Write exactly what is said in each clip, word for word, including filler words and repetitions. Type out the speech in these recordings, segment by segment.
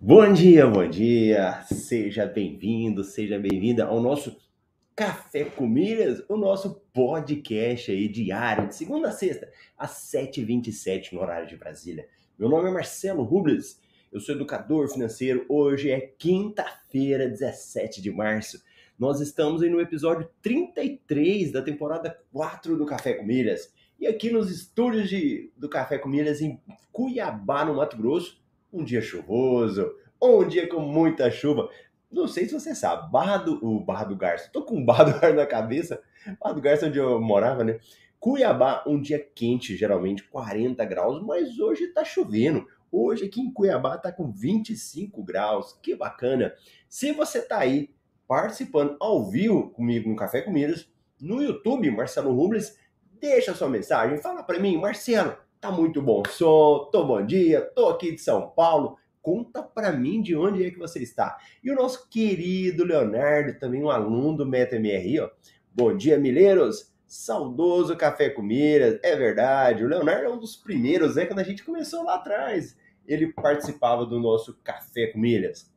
Bom dia, bom dia! Seja bem-vindo, seja bem-vinda ao nosso Café com Milhas, o nosso podcast aí diário, de segunda a sexta, às sete e vinte e sete no horário de Brasília. Meu nome é Marcelo Rubles, eu sou educador financeiro. Hoje é quinta-feira, dezessete de março. Nós estamos aí no episódio trinta e três da temporada quatro do Café com Milhas. E aqui nos estúdios de, do Café com Milhas em Cuiabá, no Mato Grosso, um dia chuvoso, ou um dia com muita chuva. Não sei se você sabe, Barra do, o Barra do Garça. Tô com Barra do Garça na cabeça. Barra do Garça, onde eu morava, né? Cuiabá, um dia quente, geralmente quarenta graus, mas hoje tá chovendo. Hoje aqui em Cuiabá tá com vinte e cinco graus. Que bacana. Se você tá aí participando ao vivo comigo no Café com Milhas, no YouTube, Marcelo Rubles, deixa sua mensagem, fala para mim, Marcelo, tá muito bom som, tô bom dia, tô aqui de São Paulo. Conta para mim de onde é que você está. E o nosso querido Leonardo, também um aluno do MetaMR, ó. Bom dia, milheiros. Saudoso Café com Milhas. É verdade, o Leonardo é um dos primeiros, né? Quando a gente começou lá atrás, ele participava do nosso Café com Milhas.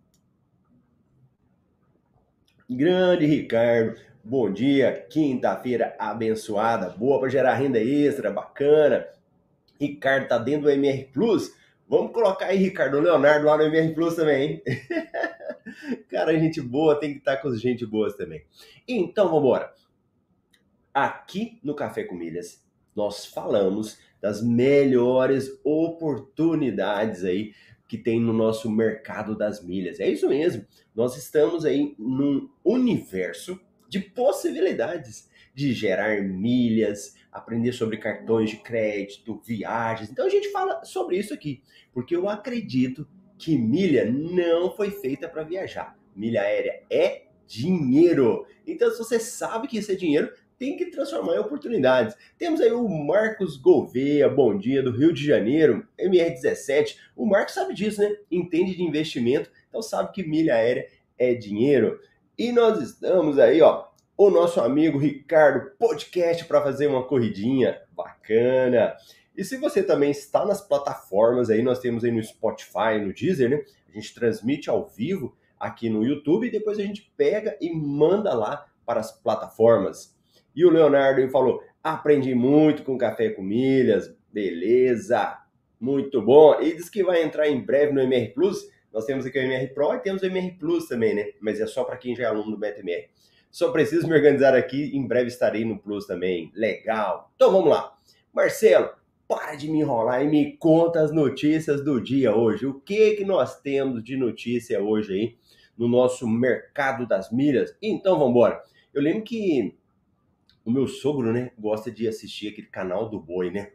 Grande Ricardo, bom dia. Quinta-feira abençoada, boa para gerar renda extra, bacana. Ricardo tá dentro do M R Plus. Vamos colocar aí, Ricardo, o Leonardo lá no M R Plus também, hein? Cara, gente boa tem que estar com gente boas também. Então, vamos embora. Aqui no Café com Milhas, nós falamos das melhores oportunidades aí que tem no nosso mercado das milhas. É isso mesmo. Nós estamos aí num universo de possibilidades de gerar milhas, aprender sobre cartões de crédito, viagens. Então a gente fala sobre isso aqui, porque eu acredito que milha não foi feita para viajar. Milha aérea é dinheiro. Então, se você sabe que isso é dinheiro, tem que transformar em oportunidades. Temos aí o Marcos Gouveia, bom dia, do Rio de Janeiro, M R dezessete. O Marcos sabe disso, né? Entende de investimento, então sabe que milha aérea é dinheiro. E nós estamos aí, ó, o nosso amigo Ricardo Podcast para fazer uma corridinha bacana. E se você também está nas plataformas aí, nós temos aí no Spotify, no Deezer, né? A gente transmite ao vivo aqui no YouTube e depois a gente pega e manda lá para as plataformas. E o Leonardo ele falou, aprendi muito com Café com Milhas, beleza, muito bom. E diz que vai entrar em breve no M R Plus. Nós temos aqui o M R Pro e temos o M R Plus também, né? Mas é só para quem já é aluno do MetaMR. Só preciso me organizar aqui, em breve estarei no Plus também. Legal. Então vamos lá. Marcelo, para de me enrolar e me conta as notícias do dia hoje. O que que nós temos de notícia hoje aí no nosso mercado das milhas? Então vamos embora. Eu lembro que o meu sogro, né, gosta de assistir aquele canal do boi, né?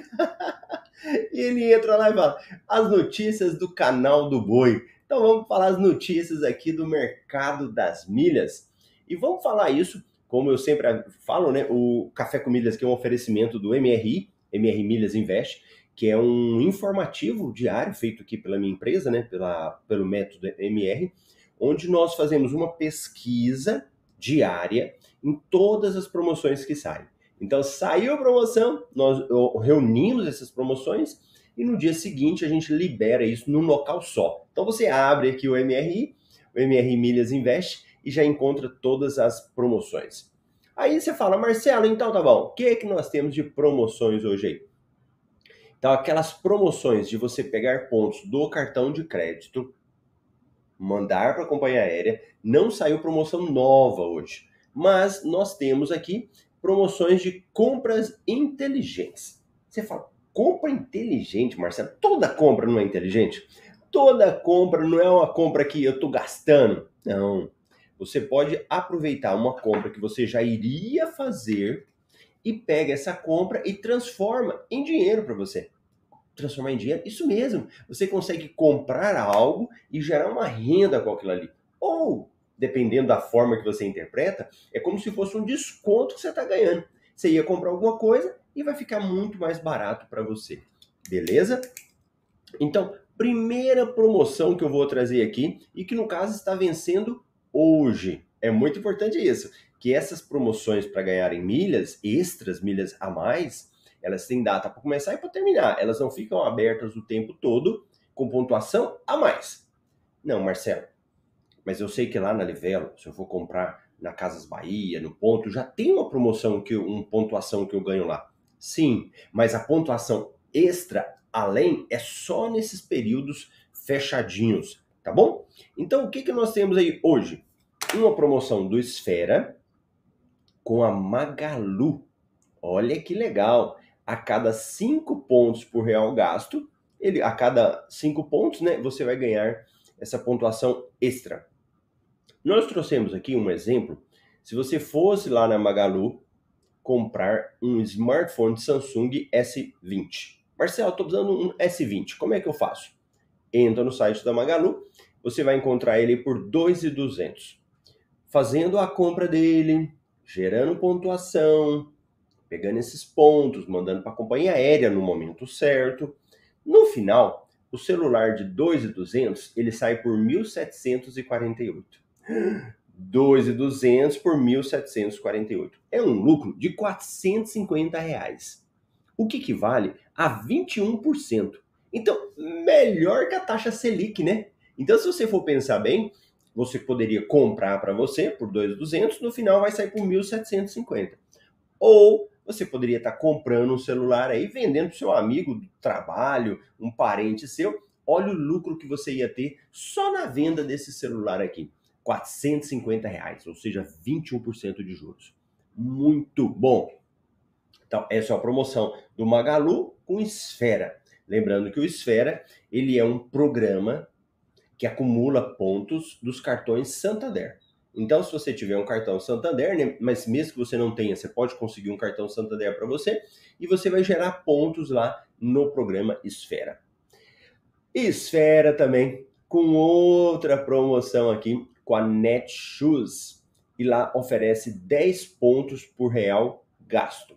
E ele entra lá e fala, as notícias do canal do boi. Então vamos falar as notícias aqui do mercado das milhas. E vamos falar isso, como eu sempre falo, né? O Café com Milhas, que é um oferecimento do M R I, M R Milhas Invest, que é um informativo diário feito aqui pela minha empresa, né? Pela, pelo método M R, onde nós fazemos uma pesquisa diária em todas as promoções que saem. Então, saiu a promoção, nós reunimos essas promoções e no dia seguinte a gente libera isso num local só. Então, você abre aqui o M R I, o M R I Milhas Invest, e já encontra todas as promoções. Aí você fala, Marcelo, então tá bom, o que é que nós temos de promoções hoje aí? Então, aquelas promoções de você pegar pontos do cartão de crédito, mandar para a companhia aérea, não saiu promoção nova hoje. Mas nós temos aqui promoções de compras inteligentes. Você fala, compra inteligente, Marcelo? Toda compra não é inteligente? Toda compra não é uma compra que eu estou gastando. Não. Você pode aproveitar uma compra que você já iria fazer e pega essa compra e transforma em dinheiro para você. Transformar em dinheiro? Isso mesmo. Você consegue comprar algo e gerar uma renda com aquilo ali. Ou, dependendo da forma que você interpreta, é como se fosse um desconto que você está ganhando. Você ia comprar alguma coisa e vai ficar muito mais barato para você. Beleza? Então, primeira promoção que eu vou trazer aqui e que no caso está vencendo hoje. É muito importante isso, que essas promoções para ganharem milhas extras, milhas a mais, elas têm data para começar e para terminar. Elas não ficam abertas o tempo todo com pontuação a mais. Não, Marcelo, mas eu sei que lá na Livelo, se eu for comprar na Casas Bahia, no ponto, já tem uma promoção, que uma pontuação que eu ganho lá. Sim, mas a pontuação extra, além, é só nesses períodos fechadinhos, tá bom? Então, o que, que nós temos aí hoje? Uma promoção do Esfera com a Magalu. Olha que legal! A cada cinco pontos por real gasto, ele, a cada cinco pontos, né, você vai ganhar essa pontuação extra. Nós trouxemos aqui um exemplo. Se você fosse lá na Magalu comprar um smartphone Samsung S vinte. Marcelo, estou precisando de um S vinte. Como é que eu faço? Entra no site da Magalu, você vai encontrar ele por dois mil e duzentos. Fazendo a compra dele, gerando pontuação, pegando esses pontos, mandando para a companhia aérea no momento certo. No final, o celular de dois mil e duzentos, ele sai por mil setecentos e quarenta e oito. dois mil e duzentos por mil setecentos e quarenta e oito. É um lucro de quatrocentos e cinquenta reais, o que equivale a vinte e um por cento. Então, melhor que a taxa Selic, né? Então, se você for pensar bem, você poderia comprar para você por dois mil e duzentos, no final vai sair por mil setecentos e cinquenta. Ou você poderia estar comprando um celular aí, vendendo para o seu amigo do trabalho, um parente seu. Olha o lucro que você ia ter só na venda desse celular aqui. quatrocentos e cinquenta reais, ou seja, vinte e um por cento de juros. Muito bom! Então, essa é a promoção do Magalu com Esfera. Lembrando que o Esfera, ele é um programa que acumula pontos dos cartões Santander. Então, se você tiver um cartão Santander, né, mas mesmo que você não tenha, você pode conseguir um cartão Santander para você e você vai gerar pontos lá no programa Esfera. Esfera também com outra promoção aqui com a Netshoes, e lá oferece dez pontos por real gasto.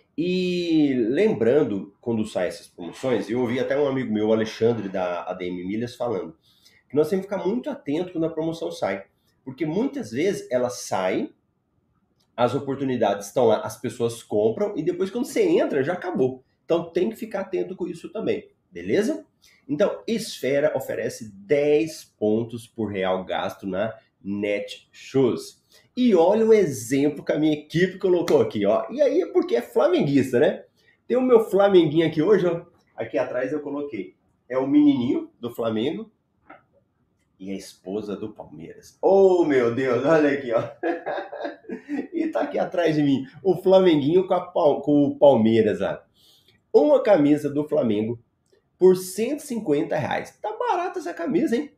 E lembrando, quando saem essas promoções, eu ouvi até um amigo meu, o Alexandre, da A D M Milhas, falando que nós temos que ficar muito atento quando a promoção sai. Porque muitas vezes ela sai, as oportunidades estão lá, as pessoas compram e depois quando você entra já acabou. Então tem que ficar atento com isso também, beleza? Então, Esfera oferece dez pontos por real gasto na Netshoes. E olha o exemplo que a minha equipe colocou aqui, ó. E aí é porque é flamenguista, né? Tem o meu flamenguinho aqui hoje, ó. Aqui atrás eu coloquei. É o menininho do Flamengo e a esposa do Palmeiras. Oh, meu Deus, olha aqui, ó. E tá aqui atrás de mim o Flamenguinho com, a, com o Palmeiras lá. Uma camisa do Flamengo por cento e cinquenta reais. Tá barata essa camisa, hein?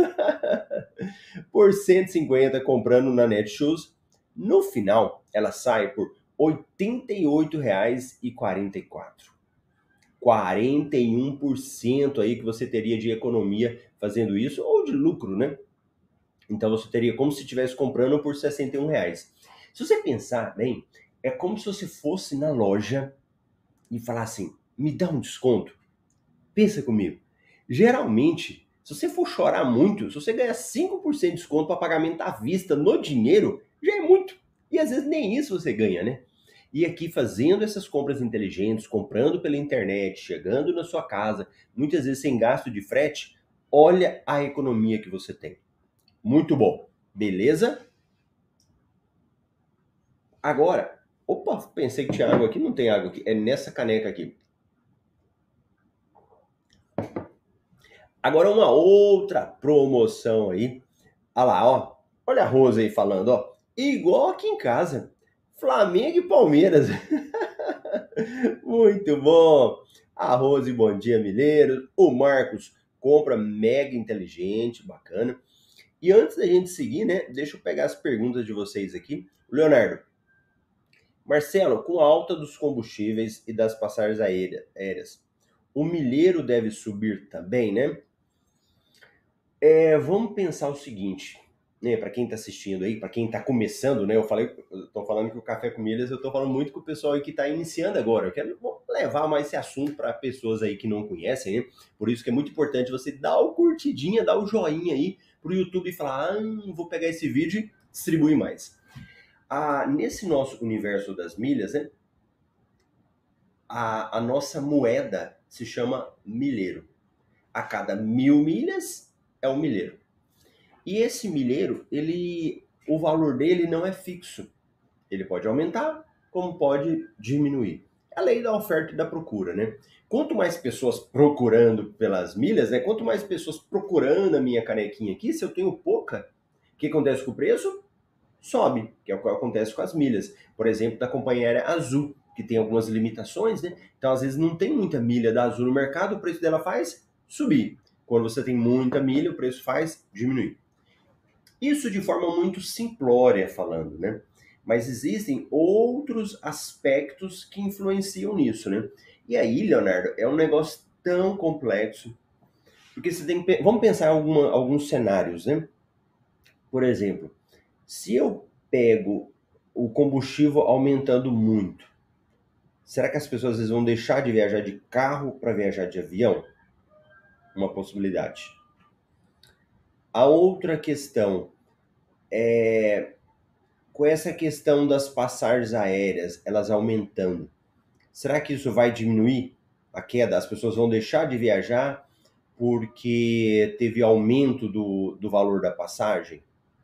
Por cento e cinquenta comprando na Netshoes. No final, ela sai por oitenta e oito reais e quarenta e quatro. quarenta e um por cento aí que você teria de economia fazendo isso, ou de lucro, né? Então você teria como se estivesse comprando por sessenta e um reais. Se você pensar bem, é como se você fosse na loja e falar assim, me dá um desconto. Pensa comigo. Geralmente, se você for chorar muito, se você ganhar cinco por cento de desconto para pagamento à vista no dinheiro, já é muito. E às vezes nem isso você ganha, né? E aqui fazendo essas compras inteligentes, comprando pela internet, chegando na sua casa, muitas vezes sem gasto de frete, olha a economia que você tem. Muito bom. Beleza? Agora, opa, pensei que tinha água aqui, não tem água aqui, é nessa caneca aqui. Agora uma outra promoção aí. Olha lá, ó. Olha a Rosa aí falando, ó. Igual aqui em casa. Flamengo e Palmeiras. Muito bom. A Rose, bom dia, Mineiro. O Marcos, compra mega inteligente, bacana. E antes da gente seguir, né, deixa eu pegar as perguntas de vocês aqui. Leonardo, Marcelo, com a alta dos combustíveis e das passagens aéreas, o milheiro deve subir também, né? É, vamos pensar o seguinte, né, para quem está assistindo aí, para quem está começando, né, eu falei, estou falando que o Café com Milhas, eu estou falando muito com o pessoal aí que está iniciando agora, eu quero levar mais esse assunto para pessoas aí que não conhecem, né, por isso que é muito importante você dar o curtidinha, dar o joinha aí para o YouTube falar, ah, vou pegar esse vídeo e distribuir mais. Ah, nesse nosso universo das milhas, né, a, a nossa moeda se chama milheiro. A cada mil milhas é um milheiro. E esse milheiro, ele, o valor dele não é fixo. Ele pode aumentar, como pode diminuir. É a lei da oferta e da procura, né? Quanto mais pessoas procurando pelas milhas, né? Quanto mais pessoas procurando a minha canequinha aqui, se eu tenho pouca, o que acontece com o preço? Sobe, que é o que acontece com as milhas. Por exemplo, da companhia aérea Azul, que tem algumas limitações, né? Então, às vezes, não tem muita milha da Azul no mercado, o preço dela faz subir. Quando você tem muita milha, o preço faz diminuir. Isso de forma muito simplória falando, né? Mas existem outros aspectos que influenciam nisso, né? E aí, Leonardo, é um negócio tão complexo, porque você tem que, vamos pensar em alguma, alguns cenários, né? Por exemplo, se eu pego o combustível aumentando muito, será que as pessoas às vezes vão deixar de viajar de carro para viajar de avião? Uma possibilidade. A outra questão é com essa questão das passagens aéreas, elas aumentando, será que isso vai diminuir a queda? As pessoas vão deixar de viajar porque teve aumento do, do valor da passagem?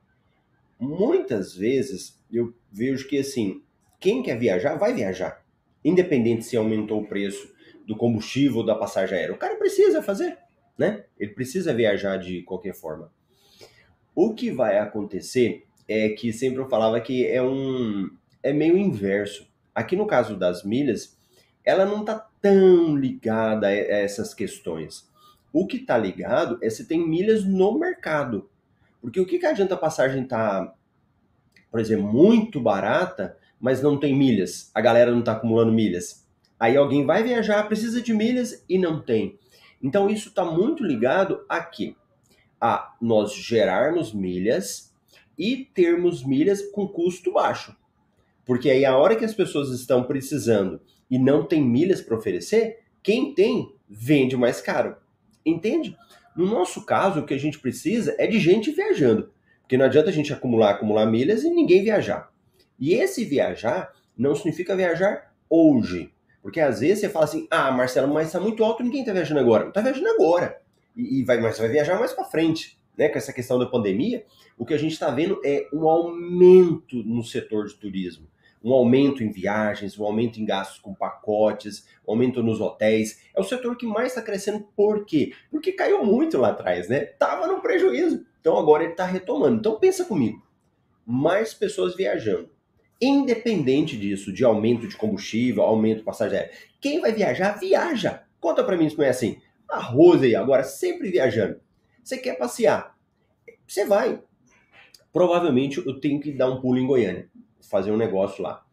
Muitas vezes eu vejo que assim, quem quer viajar, vai viajar. Independente se aumentou o preço do combustível ou da passagem aérea. O cara precisa fazer, né? Ele precisa viajar de qualquer forma. O que vai acontecer é que sempre eu falava que é um é meio inverso. Aqui no caso das milhas, ela não está tão ligada a essas questões. O que está ligado é se tem milhas no mercado. Porque o que, que adianta a passagem estar, por exemplo, muito barata, mas não tem milhas? A galera não está acumulando milhas. Aí alguém vai viajar, precisa de milhas e não tem. Então isso está muito ligado aqui a nós gerarmos milhas e termos milhas com custo baixo. Porque aí a hora que as pessoas estão precisando e não tem milhas para oferecer, quem tem vende mais caro. Entende? No nosso caso, o que a gente precisa é de gente viajando. Porque não adianta a gente acumular, acumular milhas e ninguém viajar. E esse viajar não significa viajar hoje. Porque às vezes você fala assim, ah, Marcelo, mas está muito alto, ninguém está viajando agora. Não está viajando agora. E, e vai, mas vai viajar mais para frente. Né? Com essa questão da pandemia, o que a gente está vendo é um aumento no setor de turismo. Um aumento em viagens, um aumento em gastos com pacotes, um aumento nos hotéis. É o setor que mais está crescendo. Por quê? Porque caiu muito lá atrás, né? Tava no prejuízo. Então agora ele está retomando. Então pensa comigo. Mais pessoas viajando. Independente disso, de aumento de combustível, aumento de passagem aérea. Quem vai viajar, viaja. Conta para mim se não é assim. A Rose aí, agora sempre viajando. Você quer passear? Você vai. Provavelmente eu tenho que dar um pulo em Goiânia, fazer um negócio lá.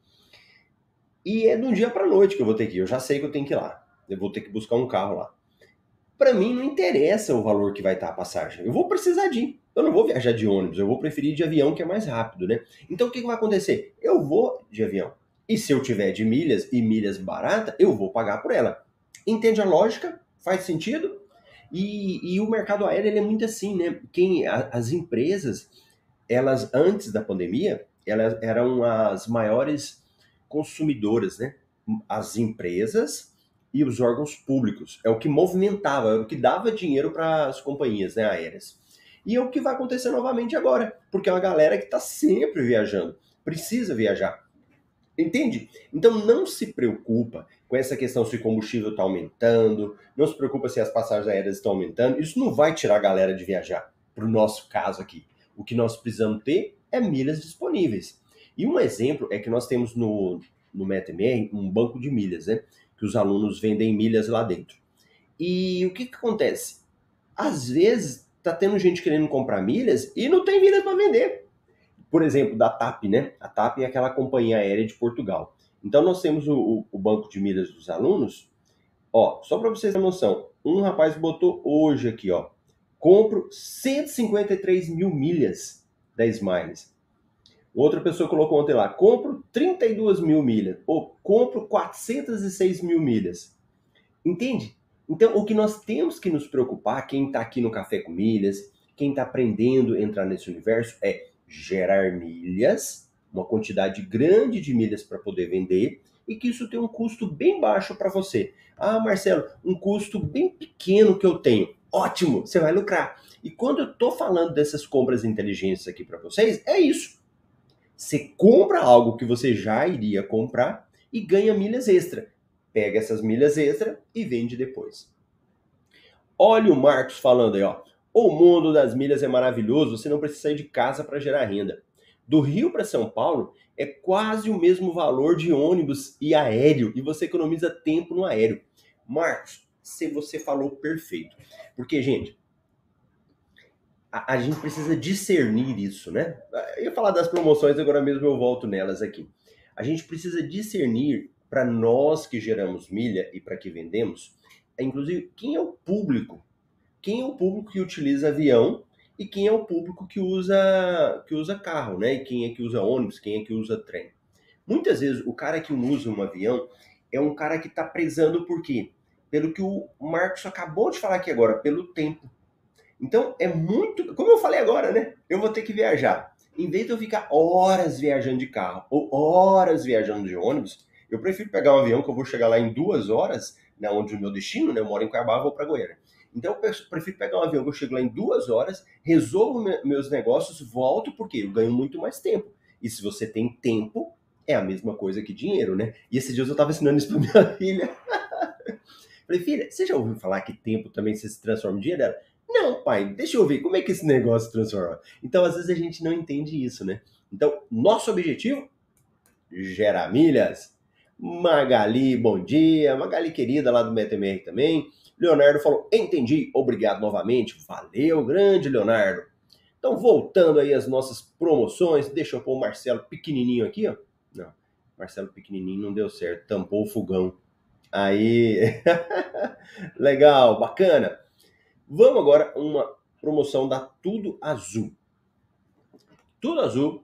E é de um dia para noite que eu vou ter que ir. Eu já sei que eu tenho que ir lá. Eu vou ter que buscar um carro lá. Para mim não interessa o valor que vai estar a passagem. Eu vou precisar de ir. Eu não vou viajar de ônibus, eu vou preferir de avião, que é mais rápido, né? Então o que, que vai acontecer? Eu vou de avião. E se eu tiver de milhas e milhas barata, eu vou pagar por ela. Entende a lógica? Faz sentido? E, e o mercado aéreo ele é muito assim, né? Quem, a, as empresas, elas antes da pandemia, elas eram as maiores consumidoras, né? As empresas e os órgãos públicos. É o que movimentava, é o que dava dinheiro para as companhias, né, aéreas. E é o que vai acontecer novamente agora, porque é uma galera que está sempre viajando, precisa viajar. Entende? Então não se preocupa com essa questão se o combustível está aumentando, não se preocupa se as passagens aéreas estão aumentando, isso não vai tirar a galera de viajar, para o nosso caso aqui. O que nós precisamos ter é milhas disponíveis. E um exemplo é que nós temos no, no MetaMR um banco de milhas, né? Que os alunos vendem milhas lá dentro. E o que, que acontece? Às vezes está tendo gente querendo comprar milhas e não tem milhas para vender. Por exemplo, da TAP, né? A TAP é aquela companhia aérea de Portugal. Então nós temos o, o, o banco de milhas dos alunos. Ó, só para vocês terem noção, um rapaz botou hoje aqui, ó. Compro cento e cinquenta e três mil milhas da Smiles. Outra pessoa colocou ontem lá, compro trinta e duas mil milhas. Ou compro quatrocentas e seis mil milhas. Entende? Então, o que nós temos que nos preocupar, quem está aqui no Café com Milhas, quem está aprendendo a entrar nesse universo, é gerar milhas, uma quantidade grande de milhas para poder vender, e que isso tem um custo bem baixo para você. Ah, Marcelo, um custo bem pequeno que eu tenho. Ótimo, você vai lucrar. E quando eu tô falando dessas compras inteligentes aqui para vocês, é isso. Você compra algo que você já iria comprar e ganha milhas extra. Pega essas milhas extra e vende depois. Olha o Marcos falando aí, ó. O mundo das milhas é maravilhoso, você não precisa sair de casa para gerar renda. Do Rio para São Paulo é quase o mesmo valor de ônibus e aéreo e você economiza tempo no aéreo. Marcos, se você falou perfeito. Porque, gente, a, a gente precisa discernir isso, né? Eu ia falar das promoções, agora mesmo eu volto nelas aqui. A gente precisa discernir para nós que geramos milha e para que vendemos, inclusive, quem é o público. Quem é o público que utiliza avião e quem é o público que usa, que usa carro, né? E quem é que usa ônibus, quem é que usa trem. Muitas vezes o cara que usa um avião é um cara que está prezando por quê? Pelo que o Marcos acabou de falar aqui agora, pelo tempo. Então é muito, como eu falei agora, né? Eu vou ter que viajar. Em vez de eu ficar horas viajando de carro ou horas viajando de ônibus, eu prefiro pegar um avião que eu vou chegar lá em duas horas, né, onde o meu destino, né? Eu moro em Cuiabá, vou para Goiânia. Então eu prefiro pegar um avião que eu chego lá em duas horas, resolvo meus negócios, volto, porque eu ganho muito mais tempo. E se você tem tempo, é a mesma coisa que dinheiro, né? E esses dias eu estava ensinando isso para minha filha. Falei, filha, você já ouviu falar que tempo também se transforma em dinheiro? Ela, não, pai, deixa eu ver, como é que esse negócio se transforma? Então, às vezes a gente não entende isso, né? Então, nosso objetivo, gerar milhas. Magali, bom dia. Magali querida lá do MetaMR também. Leonardo falou, entendi, obrigado novamente. Valeu, grande Leonardo. Então, voltando aí às nossas promoções, deixa eu pôr o Marcelo pequenininho aqui, ó. Não, Marcelo pequenininho não deu certo, tampou o fogão. Aí, legal, bacana. Vamos agora a uma promoção da Tudo Azul. Tudo Azul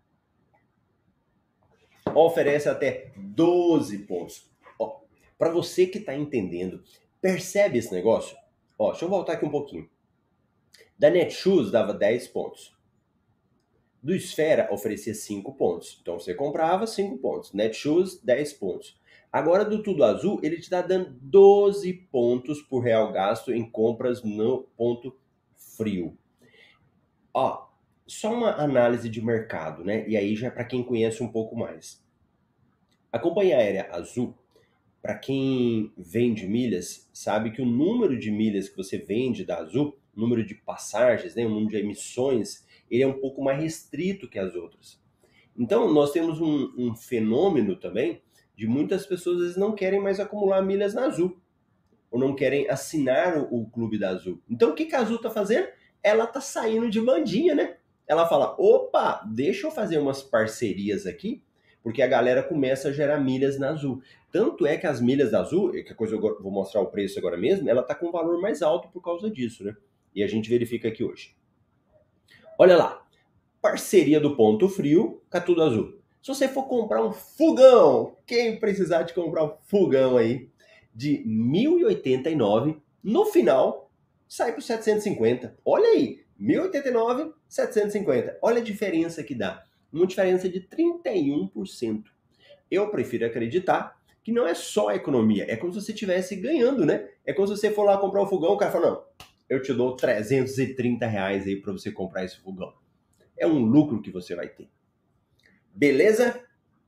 oferece até doze pontos. Para você que está entendendo, percebe esse negócio? Ó, deixa eu voltar aqui um pouquinho. Da Netshoes dava dez pontos. Do Esfera oferecia cinco pontos. Então você comprava cinco pontos. Netshoes, dez pontos. Agora do Tudo Azul, ele te está dando doze pontos por real gasto em compras no ponto frio. Ó, só uma análise de mercado, né? E aí já é para quem conhece um pouco mais. A companhia aérea Azul, para quem vende milhas, sabe que o número de milhas que você vende da Azul, o número de passagens, né, o número de emissões, ele é um pouco mais restrito que as outras. Então, nós temos um, um fenômeno também de muitas pessoas às vezes não querem mais acumular milhas na Azul, ou não querem assinar o, o clube da Azul. Então, o que, que a Azul está fazendo? Ela está saindo de bandinha, né? Ela fala, opa, deixa eu fazer umas parcerias aqui, porque a galera começa a gerar milhas na Azul. Tanto é que as milhas da Azul, que a coisa eu vou mostrar o preço agora mesmo, ela está com um valor mais alto por causa disso, né? E a gente verifica aqui hoje. Olha lá, parceria do Ponto Frio com a Tudo Azul. Se você for comprar um fogão, quem precisar de comprar um fogão aí de mil e oitenta e nove, no final sai por setecentos e cinquenta. Olha aí, mil e oitenta e nove, setecentos e cinquenta. Olha a diferença que dá. Uma diferença de trinta e um por cento. Eu prefiro acreditar que não é só a economia, é como se você estivesse ganhando, né? É como se você for lá comprar um fogão, o cara fala, não, eu te dou trezentos e trinta reais aí para você comprar esse fogão. É um lucro que você vai ter. Beleza?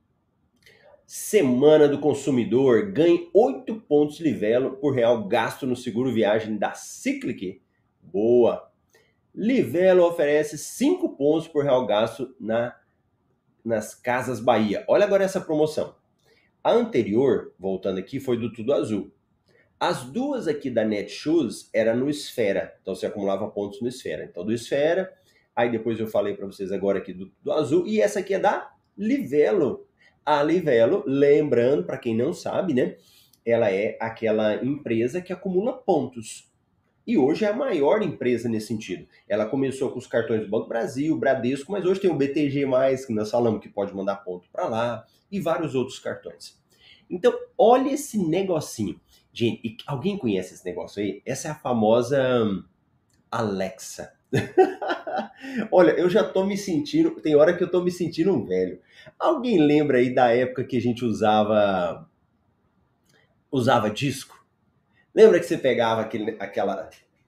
Semana do Consumidor, ganhe oito pontos Livelo por real gasto no seguro viagem da Cyclic. Boa! Livelo oferece cinco pontos por real gasto na, nas Casas Bahia. Olha agora essa promoção. A anterior, voltando aqui, foi do Tudo Azul. As duas aqui da Netshoes era no Esfera. Então você acumulava pontos no Esfera. Então do Esfera, aí depois eu falei para vocês agora aqui do, do Azul. E essa aqui é da Livelo. A Livelo, lembrando, para quem não sabe, né? Ela é aquela empresa que acumula pontos. E hoje é a maior empresa nesse sentido. Ela começou com os cartões do Banco Brasil, Bradesco, mas hoje tem o B T G mais, que nós falamos que pode mandar ponto para lá, e vários outros cartões. Então, olha esse negocinho. Gente, alguém conhece esse negócio aí? Essa é a famosa Alexa. Olha, eu já tô me sentindo, tem hora que eu tô me sentindo um velho. Alguém lembra aí da época que a gente usava usava disco? Lembra que você pegava aquele, aquela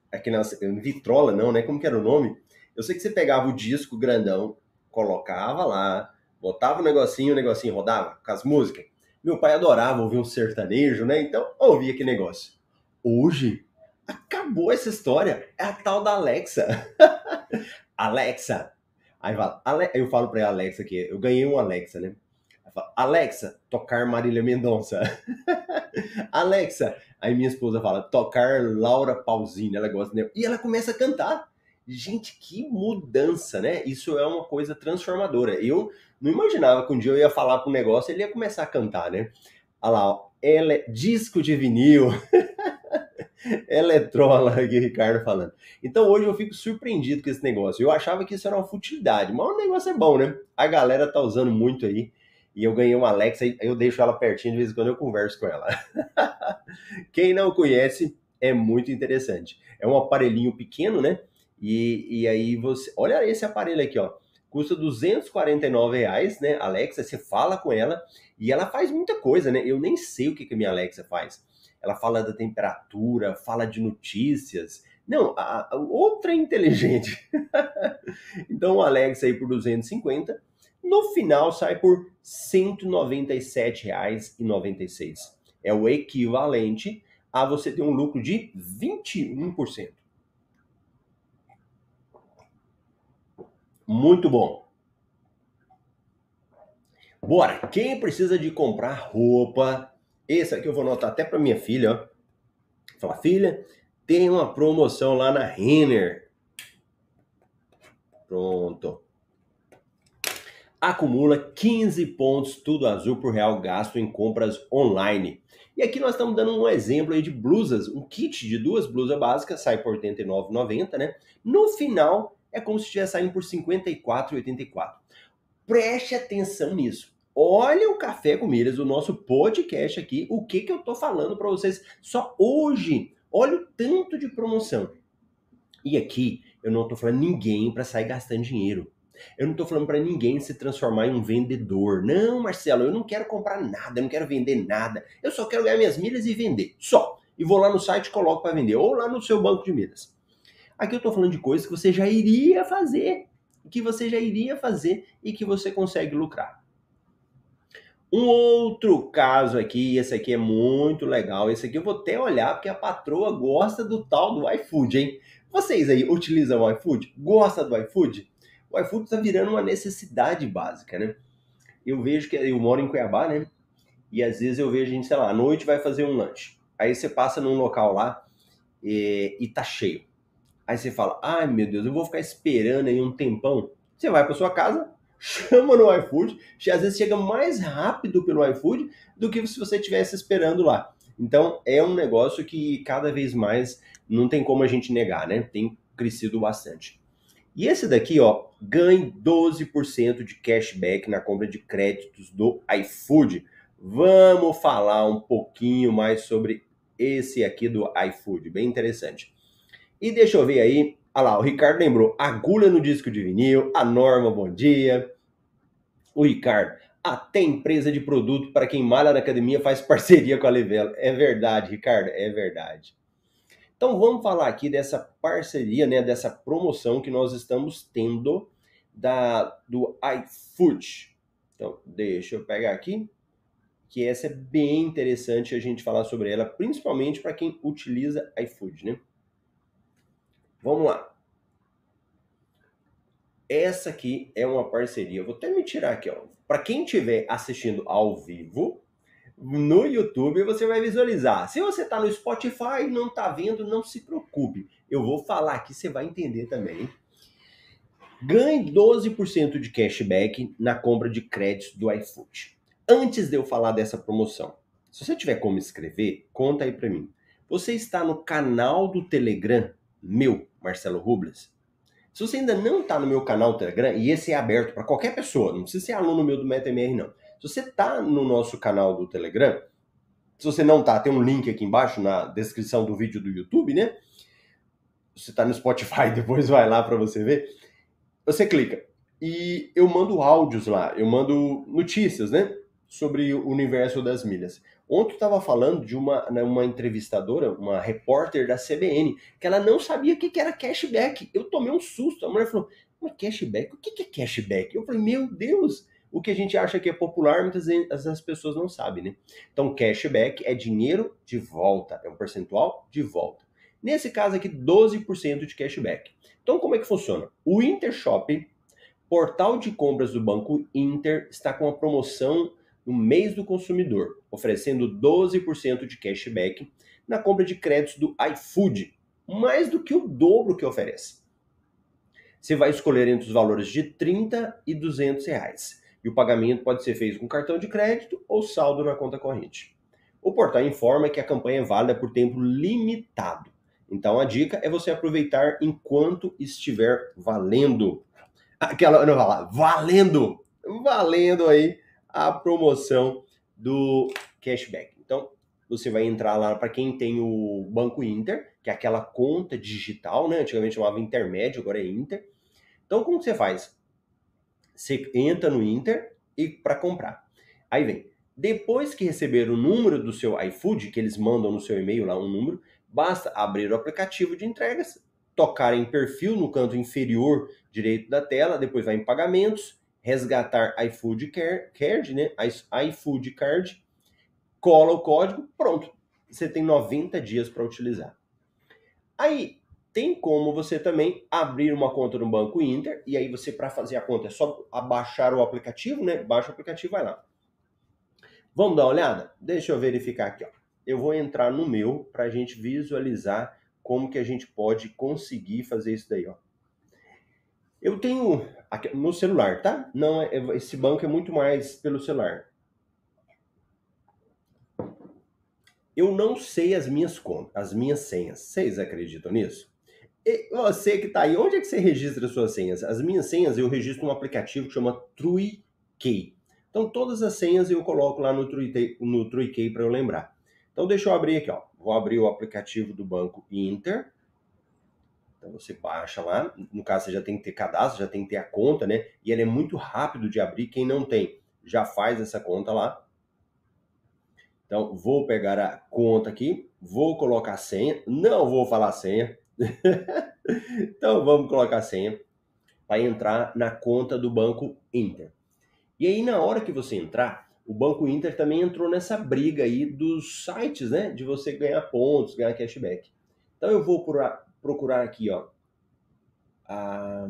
aquela vitrola não, né? Como que era o nome? Eu sei que você pegava o disco grandão, colocava lá, botava o negocinho, o negocinho rodava com as músicas. Meu pai adorava ouvir um sertanejo, né? Então, ouvia aquele negócio. Hoje, acabou essa história. É a tal da Alexa. Alexa. Aí fala, Ale... eu falo pra ela, Alexa, que eu ganhei um Alexa, né? Ela fala, Alexa, tocar Marília Mendonça. Alexa. Aí minha esposa fala, tocar Laura Pausini. Ela gosta, né? E ela começa a cantar. Gente, que mudança, né? Isso é uma coisa transformadora. Eu não imaginava que um dia eu ia falar para um negócio e ele ia começar a cantar, né? Olha lá, ó, ele... disco de vinil. Eletrola, aqui, Ricardo falando. Então hoje eu fico surpreendido com esse negócio. Eu achava que isso era uma futilidade, mas o negócio é bom, né? A galera tá usando muito aí. E eu ganhei uma Alexa, e eu deixo ela pertinho, de vez em quando eu converso com ela. Quem não conhece, é muito interessante. É um aparelhinho pequeno, né? E, e aí você... Olha esse aparelho aqui, ó. Custa duzentos e quarenta e nove reais, né? Alexa, você fala com ela e ela faz muita coisa, né? Eu nem sei o que, que a minha Alexa faz. Ela fala da temperatura, fala de notícias. Não, a, a outra é inteligente. Então o Alexa aí por duzentos e cinquenta, no final sai por cento e noventa e sete reais e noventa e seis centavos. É o equivalente a você ter um lucro de vinte e um por cento. Muito bom. Bora, quem precisa de comprar roupa, esse aqui eu vou anotar até para minha filha, ó. Fala, filha, tem uma promoção lá na Renner. Pronto. Acumula quinze pontos, tudo azul por real gasto em compras online. E aqui nós estamos dando um exemplo aí de blusas, um kit de duas blusas básicas, sai por oitenta e nove reais e noventa centavos, né? No final, é como se estivesse saindo por cinquenta e quatro reais e oitenta e quatro centavos. Preste atenção nisso. Olha o Café com Milhas, o nosso podcast aqui, o que, que eu tô falando para vocês só hoje. Olha o tanto de promoção. E aqui, eu não tô falando ninguém para sair gastando dinheiro. Eu não tô falando para ninguém se transformar em um vendedor. Não, Marcelo, eu não quero comprar nada, eu não quero vender nada. Eu só quero ganhar minhas milhas e vender. Só. E vou lá no site e coloco para vender. Ou lá no seu banco de milhas. Aqui eu tô falando de coisas que você já iria fazer. Que você já iria fazer e que você consegue lucrar. Um outro caso aqui, esse aqui é muito legal. Esse aqui eu vou até olhar porque a patroa gosta do tal do iFood, hein? Vocês aí utilizam o iFood? Gosta do iFood? O iFood está virando uma necessidade básica, né? Eu vejo que eu moro em Cuiabá, né? E às vezes eu vejo a gente, sei lá, à noite vai fazer um lanche. Aí você passa num local lá e, e tá cheio. Aí você fala, ai meu Deus, eu vou ficar esperando aí um tempão. Você vai para sua casa, chama no iFood, às vezes chega mais rápido pelo iFood do que se você estivesse esperando lá. Então é um negócio que cada vez mais não tem como a gente negar, né? Tem crescido bastante. E esse daqui, ó, ganhe doze por cento de cashback na compra de créditos do iFood. Vamos falar um pouquinho mais sobre esse aqui do iFood, bem interessante. E deixa eu ver aí, olha lá, o Ricardo lembrou, agulha no disco de vinil, a Norma, bom dia. O Ricardo, até empresa de produto para quem malha na academia faz parceria com a Livelo. É verdade, Ricardo, é verdade. Então vamos falar aqui dessa parceria, né, dessa promoção que nós estamos tendo da, do iFood. Então deixa eu pegar aqui, que essa é bem interessante a gente falar sobre ela, principalmente para quem utiliza iFood, né? Vamos lá. Essa aqui é uma parceria. Eu vou até me tirar aqui, ó. Para quem estiver assistindo ao vivo, no YouTube você vai visualizar. Se você está no Spotify e não está vendo, não se preocupe. Eu vou falar aqui, você vai entender também. Ganhe doze por cento de cashback na compra de créditos do iFood. Antes de eu falar dessa promoção, se você tiver como escrever, conta aí para mim. Você está no canal do Telegram, meu, Marcelo Rubles? Se você ainda não está no meu canal do Telegram, e esse é aberto para qualquer pessoa, não precisa ser aluno meu do MetaMR, não. Se você está no nosso canal do Telegram, se você não está, tem um link aqui embaixo na descrição do vídeo do YouTube, né? Se você está no Spotify, depois vai lá para você ver. Você clica. E eu mando áudios lá, eu mando notícias, né? sobre o universo das milhas. Ontem eu estava falando de uma, né, uma entrevistadora, uma repórter da C B N, que ela não sabia o que, que era cashback. Eu tomei um susto. A mulher falou, mas cashback? O que, que é cashback? Eu falei, meu Deus! O que a gente acha que é popular, muitas vezes as pessoas não sabem, né? Então, cashback é dinheiro de volta, é um percentual de volta. Nesse caso aqui, doze por cento de cashback. Então, como é que funciona? O Intershop, portal de compras do Banco Inter, está com uma promoção no mês do consumidor, oferecendo doze por cento de cashback na compra de créditos do iFood, mais do que o dobro que oferece. Você vai escolher entre os valores de trinta e duzentos reais. E o pagamento pode ser feito com cartão de crédito ou saldo na conta corrente. O portal informa que a campanha é válida por tempo limitado. Então a dica é você aproveitar enquanto estiver valendo. Aquela, não vai lá, valendo, valendo aí a promoção do cashback. Então, você vai entrar lá para quem tem o Banco Inter, que é aquela conta digital, né? Antigamente chamava Intermédio, agora é Inter. Então, como você faz? Você entra no Inter e para comprar. Aí vem, depois que receber o número do seu iFood, que eles mandam no seu e-mail lá um número, basta abrir o aplicativo de entregas, tocar em perfil no canto inferior direito da tela, depois vai em pagamentos, resgatar iFood Card, né? iFood Card, cola o código, pronto. Você tem noventa dias para utilizar. Aí, tem como você também abrir uma conta no Banco Inter, e aí você, para fazer a conta, é só baixar o aplicativo, né? Baixa o aplicativo, vai lá. Vamos dar uma olhada? Deixa eu verificar aqui, ó. Eu vou entrar no meu para a gente visualizar como que a gente pode conseguir fazer isso daí, ó. Eu tenho aqui no celular, tá? Não é, esse banco é muito mais pelo celular. Eu não sei as minhas contas, as minhas senhas. Vocês acreditam nisso? E você que tá aí, onde é que você registra as suas senhas? As minhas senhas eu registro num aplicativo que chama TrueKey. Então todas as senhas eu coloco lá no TrueKey, no TrueKey para eu lembrar. Então deixa eu abrir aqui, ó. Vou abrir o aplicativo do Banco Inter. Então você baixa lá, no caso você já tem que ter cadastro, já tem que ter a conta, né? E ele é muito rápido de abrir, quem não tem já faz essa conta lá. Então vou pegar a conta aqui, vou colocar a senha, não vou falar a senha. Então vamos colocar a senha para entrar na conta do Banco Inter. E aí na hora que você entrar, o Banco Inter também entrou nessa briga aí dos sites, né? De você ganhar pontos, ganhar cashback. Então eu vou procurar, procurar aqui, ó, a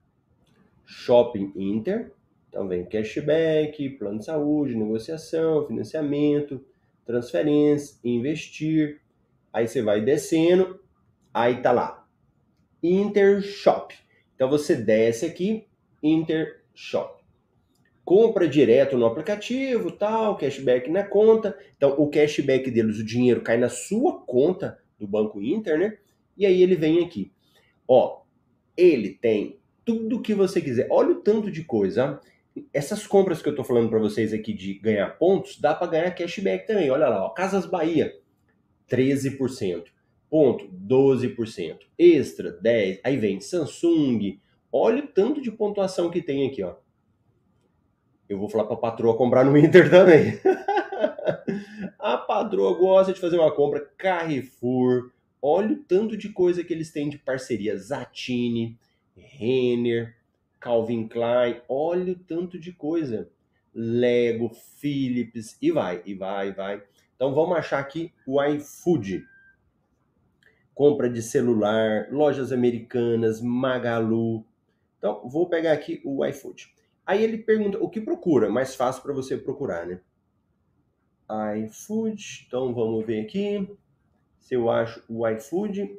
Shopping Inter. Então vem cashback, plano de saúde, negociação, financiamento, transferência, investir. Aí você vai descendo, aí tá lá, Intershop. Então você desce aqui, Intershop. Compra direto no aplicativo, tal, cashback na conta. Então o cashback deles, o dinheiro cai na sua conta do Banco Inter, né? E aí ele vem aqui. Ó, ele tem tudo que você quiser. Olha o tanto de coisa. Essas compras que eu tô falando para vocês aqui de ganhar pontos, dá para ganhar cashback também. Olha lá, ó, Casas Bahia, treze por cento. Ponto, doze por cento. Extra, dez por cento. Aí vem Samsung. Olha o tanto de pontuação que tem aqui, ó. Eu vou falar para a patroa comprar no Inter também. A patroa gosta de fazer uma compra. Carrefour. Olha o tanto de coisa que eles têm de parceria. Zatini, Renner, Calvin Klein. Olha o tanto de coisa. Lego, Philips, e vai, e vai, e vai. Então vamos achar aqui o iFood. Compra de celular, lojas americanas, Magalu. Então vou pegar aqui o iFood. Aí ele pergunta o que procura, mais fácil para você procurar, né? iFood, então vamos ver aqui se eu acho o iFood.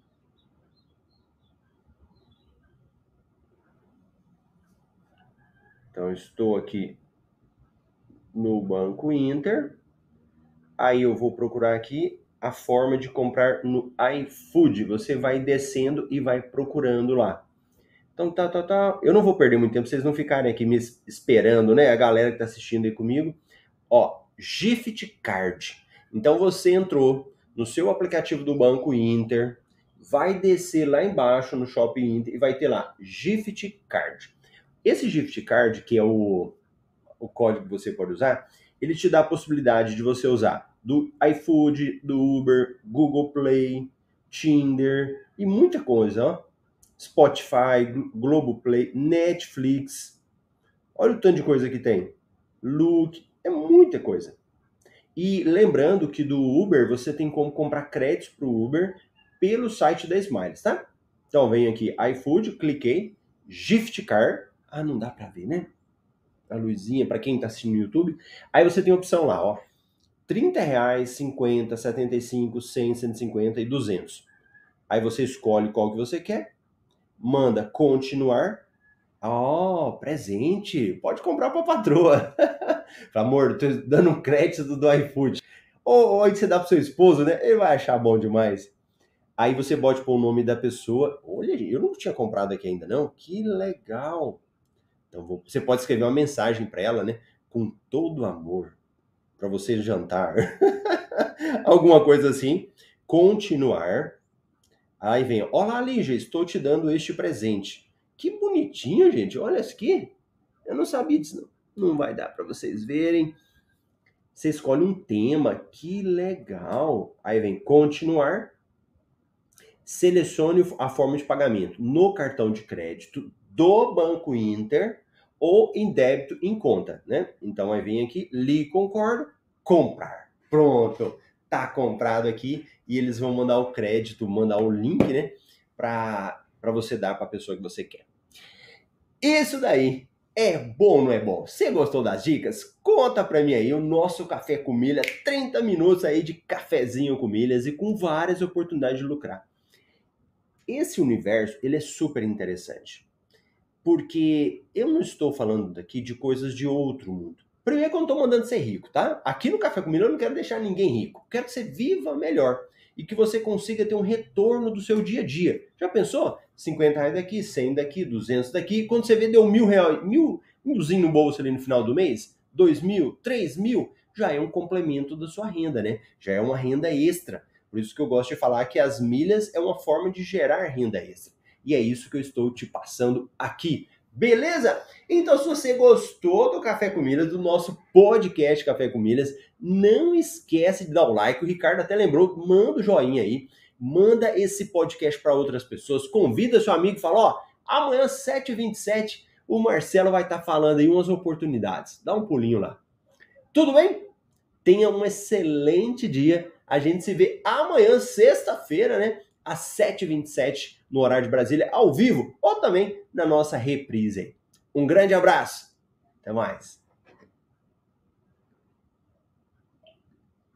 Então estou aqui no Banco Inter. Aí eu vou procurar aqui a forma de comprar no iFood. Você vai descendo e vai procurando lá. Então tá, tá, tá. Eu não vou perder muito tempo, vocês não ficarem aqui me esperando, né? A galera que tá assistindo aí comigo. Ó, Gift Card. Então você entrou no seu aplicativo do Banco Inter, vai descer lá embaixo no Shopping Inter e vai ter lá Gift Card. Esse Gift Card, que é o, o código que você pode usar, ele te dá a possibilidade de você usar do iFood, do Uber, Google Play, Tinder e muita coisa, ó. Spotify, Globoplay, Netflix. Olha o tanto de coisa que tem. Look, é muita coisa. E lembrando que do Uber você tem como comprar créditos para o Uber pelo site da Smiles, tá? Então vem aqui, iFood, cliquei, Gift Card. Ah, não dá para ver, né? A luzinha, para quem tá assistindo no YouTube. Aí você tem a opção lá, ó. trinta reais, cinquenta, setenta e cinco, cem, cento e cinquenta e duzentos. Aí você escolhe qual que você quer, manda continuar. Ó, oh, presente. Pode comprar pra patroa. Fala, amor, tô dando um crédito do iFood. Ou, ou aí você dá pro seu esposo, né? Ele vai achar bom demais. Aí você pode pôr o nome da pessoa. Olha, eu não tinha comprado aqui ainda, não. Que legal. Então vou... você pode escrever uma mensagem para ela, né? Com todo amor. Para você jantar. Alguma coisa assim. Continuar. Aí vem, olá Lígia, estou te dando este presente. Que bonitinho, gente. Olha isso aqui. Eu não sabia disso, não. Não vai dar para vocês verem. Você escolhe um tema. Que legal. Aí vem continuar. Selecione a forma de pagamento no cartão de crédito do Banco Inter ou em débito em conta, né? Então aí vem aqui, li concordo, comprar. Pronto. Tá comprado aqui e eles vão mandar o crédito, mandar o link, né? Para você dar para a pessoa que você quer. Isso daí é bom, não é bom? Você gostou das dicas? Conta pra mim aí o nosso Café com Milha, trinta minutos aí de cafezinho com milhas e com várias oportunidades de lucrar. Esse universo, ele é super interessante, porque eu não estou falando daqui de coisas de outro mundo. Primeiro que eu não estou mandando ser rico, tá? Aqui no Café com Milha eu não quero deixar ninguém rico. Quero que você viva melhor e que você consiga ter um retorno do seu dia a dia. Já pensou? cinquenta reais daqui, cem daqui, duzentos daqui. Quando você vê, deu mil reais, mil, milzinho no bolso ali no final do mês, dois mil, três mil, já é um complemento da sua renda, né? Já é uma renda extra. Por isso que eu gosto de falar que as milhas é uma forma de gerar renda extra. E é isso que eu estou te passando aqui. Beleza? Então, se você gostou do Café com Milhas, do nosso podcast Café com Milhas, não esquece de dar o like. O Ricardo até lembrou, manda o joinha aí. Manda esse podcast para outras pessoas. Convida seu amigo e fala, ó, amanhã, sete e vinte e sete, o Marcelo vai estar falando aí umas oportunidades. Dá um pulinho lá. Tudo bem? Tenha um excelente dia. A gente se vê amanhã, sexta-feira, né? Às sete e vinte e sete, no horário de Brasília, ao vivo, ou também na nossa reprise aí. Um grande abraço. Até mais.